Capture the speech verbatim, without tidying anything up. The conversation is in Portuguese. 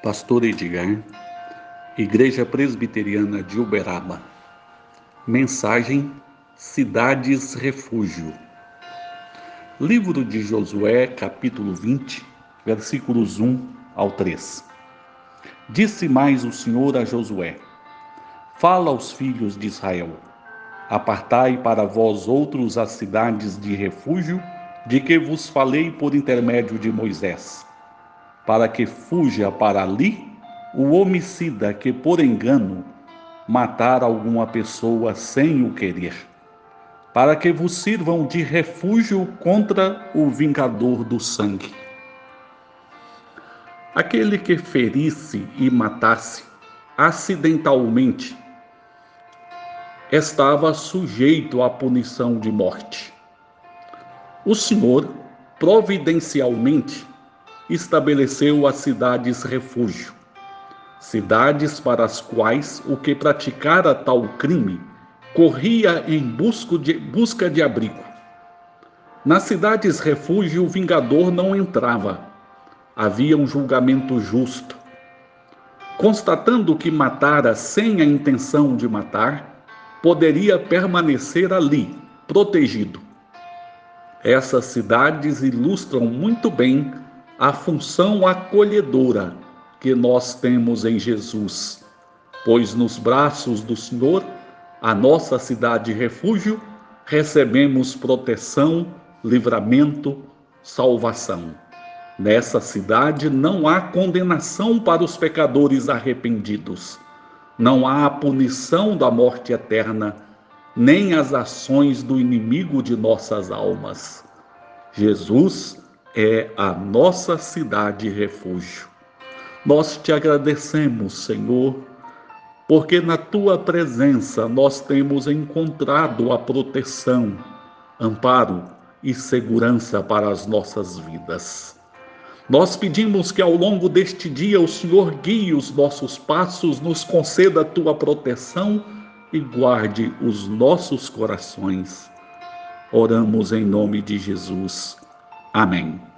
Pastor Edgar, Igreja Presbiteriana de Uberaba. Mensagem: Cidades Refúgio. Livro de Josué, capítulo vinte, versículos um ao três. Disse mais o Senhor a Josué: Fala aos filhos de Israel: Apartai para vós outros as cidades de refúgio, de que vos falei por intermédio de Moisés, para que fuja para ali o homicida que por engano matar alguma pessoa sem o querer, para que vos sirvam de refúgio contra o vingador do sangue. Aquele que ferisse e matasse acidentalmente estava sujeito à punição de morte. O Senhor, providencialmente, estabeleceu as cidades refúgio, cidades para as quais o que praticara tal crime corria em busca de, busca de abrigo. Nas cidades refúgio o vingador não entrava. Havia um julgamento justo. Constatando que matara sem a intenção de matar, poderia permanecer ali, protegido. Essas cidades ilustram muito bem a função acolhedora que nós temos em Jesus, pois nos braços do Senhor, a nossa cidade refúgio, recebemos proteção, livramento, salvação. Nessa cidade não há condenação para os pecadores arrependidos, não há a punição da morte eterna, nem as ações do inimigo de nossas almas. Jesus é a nossa cidade refúgio. Nós te agradecemos, Senhor, porque na tua presença nós temos encontrado a proteção, amparo e segurança para as nossas vidas. Nós pedimos que ao longo deste dia o Senhor guie os nossos passos, nos conceda a tua proteção e guarde os nossos corações. Oramos em nome de Jesus. Amém.